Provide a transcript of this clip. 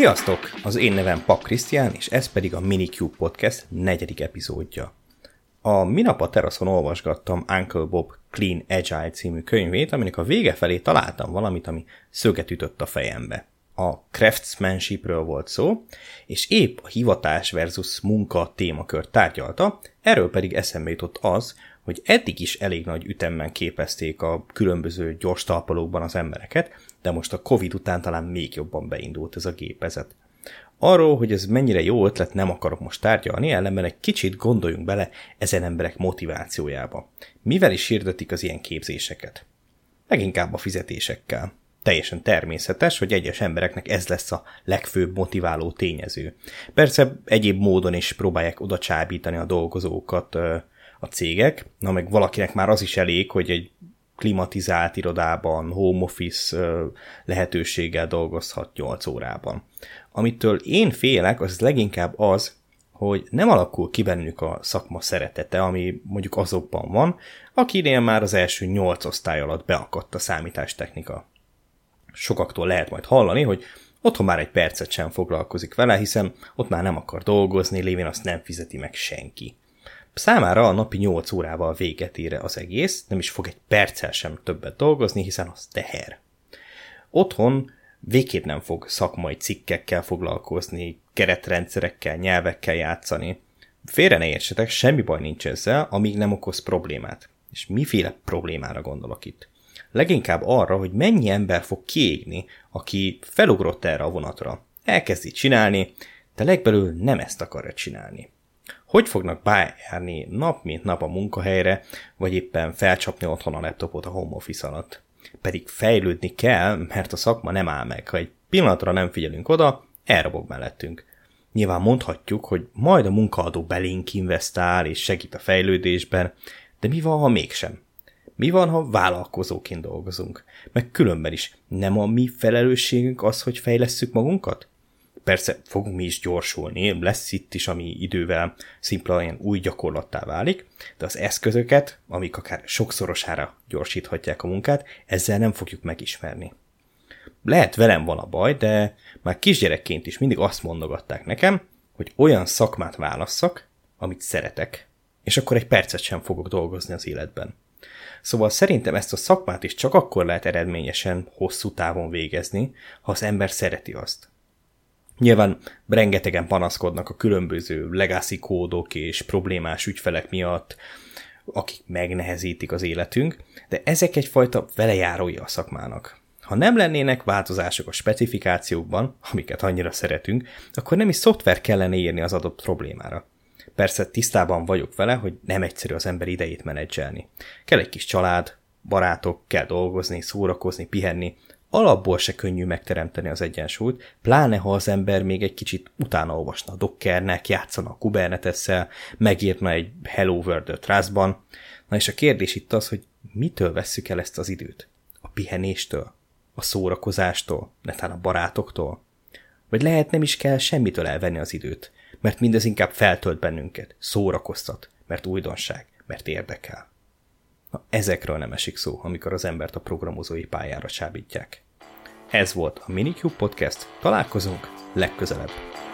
Sziasztok! Az én nevem Pap Krisztián, és ez pedig a Minicube Podcast 4. epizódja. A minap a teraszon olvasgattam Uncle Bob Clean Agile című könyvét, aminek a vége felé találtam valamit, ami szöget ütött a fejembe. A craftsmanshipről volt szó, és épp a hivatás versus munka témakört tárgyalta, erről pedig eszembe jutott az, hogy eddig is elég nagy ütemmel képezték a különböző gyors talpalókban az embereket, de most a Covid után talán még jobban beindult ez a gépezet. Arról, hogy ez mennyire jó ötlet, nem akarok most tárgyalni, ellenben egy kicsit gondoljunk bele ezen emberek motivációjába. Mivel is hirdetik az ilyen képzéseket? Leginkább a fizetésekkel. Teljesen természetes, hogy egyes embereknek ez lesz a legfőbb motiváló tényező. Persze egyéb módon is próbálják oda csábítani a dolgozókat a cégek, na meg valakinek már az is elég, hogy egy klimatizált irodában, home office lehetőséggel dolgozhat 8 órában. Amitől én félek, az leginkább az, hogy nem alakul ki bennük a szakma szeretete, ami mondjuk azokban van, akinél már az első 8 osztály alatt beakadt a számítástechnika. Sokaktól lehet majd hallani, hogy otthon már egy percet sem foglalkozik vele, hiszen ott már nem akar dolgozni, lévén azt nem fizeti meg senki. Számára a napi 8 órával véget ér az egész, nem is fog egy perccel sem többet dolgozni, hiszen az teher. Otthon végképp nem fog szakmai cikkekkel foglalkozni, keretrendszerekkel, nyelvekkel játszani. Félre ne értsetek, semmi baj nincs ezzel, amíg nem okoz problémát. És miféle problémára gondolok itt? Leginkább arra, hogy mennyi ember fog kiégni, aki felugrott erre a vonatra. Elkezdi csinálni, de legbelül nem ezt akarja csinálni. Hogy fognak bejárni nap mint nap a munkahelyre, vagy éppen felcsapni otthon a laptopot a home office alatt? Pedig fejlődni kell, mert a szakma nem áll meg. Ha egy pillanatra nem figyelünk oda, elrobog mellettünk. Nyilván mondhatjuk, hogy majd a munkaadó belénk investál és segít a fejlődésben, de mi van, ha mégsem? Mi van, ha vállalkozóként dolgozunk? Meg különben is nem a mi felelősségünk az, hogy fejlesszük magunkat? Persze fogunk mi is gyorsulni, lesz itt is, ami idővel szimpla ilyen új gyakorlattá válik, de az eszközöket, amik akár sokszorosára gyorsíthatják a munkát, ezzel nem fogjuk megismerni. Lehet velem van a baj, de már kisgyerekként is mindig azt mondogatták nekem, hogy olyan szakmát válasszak, amit szeretek, és akkor egy percet sem fogok dolgozni az életben. Szóval szerintem ezt a szakmát is csak akkor lehet eredményesen, hosszú távon végezni, ha az ember szereti azt. Nyilván rengetegen panaszkodnak a különböző legacy kódok és problémás ügyfelek miatt, akik megnehezítik az életünk, de ezek egyfajta velejárója a szakmának. Ha nem lennének változások a specifikációkban, amiket annyira szeretünk, akkor nem is szoftver kellene írni az adott problémára. Persze tisztában vagyok vele, hogy nem egyszerű az ember idejét menedzselni. Kell egy kis család, barátok, kell dolgozni, szórakozni, pihenni. Alapból se könnyű megteremteni az egyensúlyt, pláne ha az ember még egy kicsit utána olvasna a Dockernek, játszana a Kubernetes-szel, megírna egy Hello World-öt Rustban. Na és a kérdés itt az, hogy mitől vesszük el ezt az időt? A pihenéstől? A szórakozástól? Netán a barátoktól? Vagy lehet nem is kell semmitől elvenni az időt, mert mindez inkább feltölt bennünket, szórakoztat, mert újdonság, mert érdekel. Na, ezekről nem esik szó, amikor az embert a programozói pályára csábítják. Ez volt a Minicube Podcast, találkozunk legközelebb.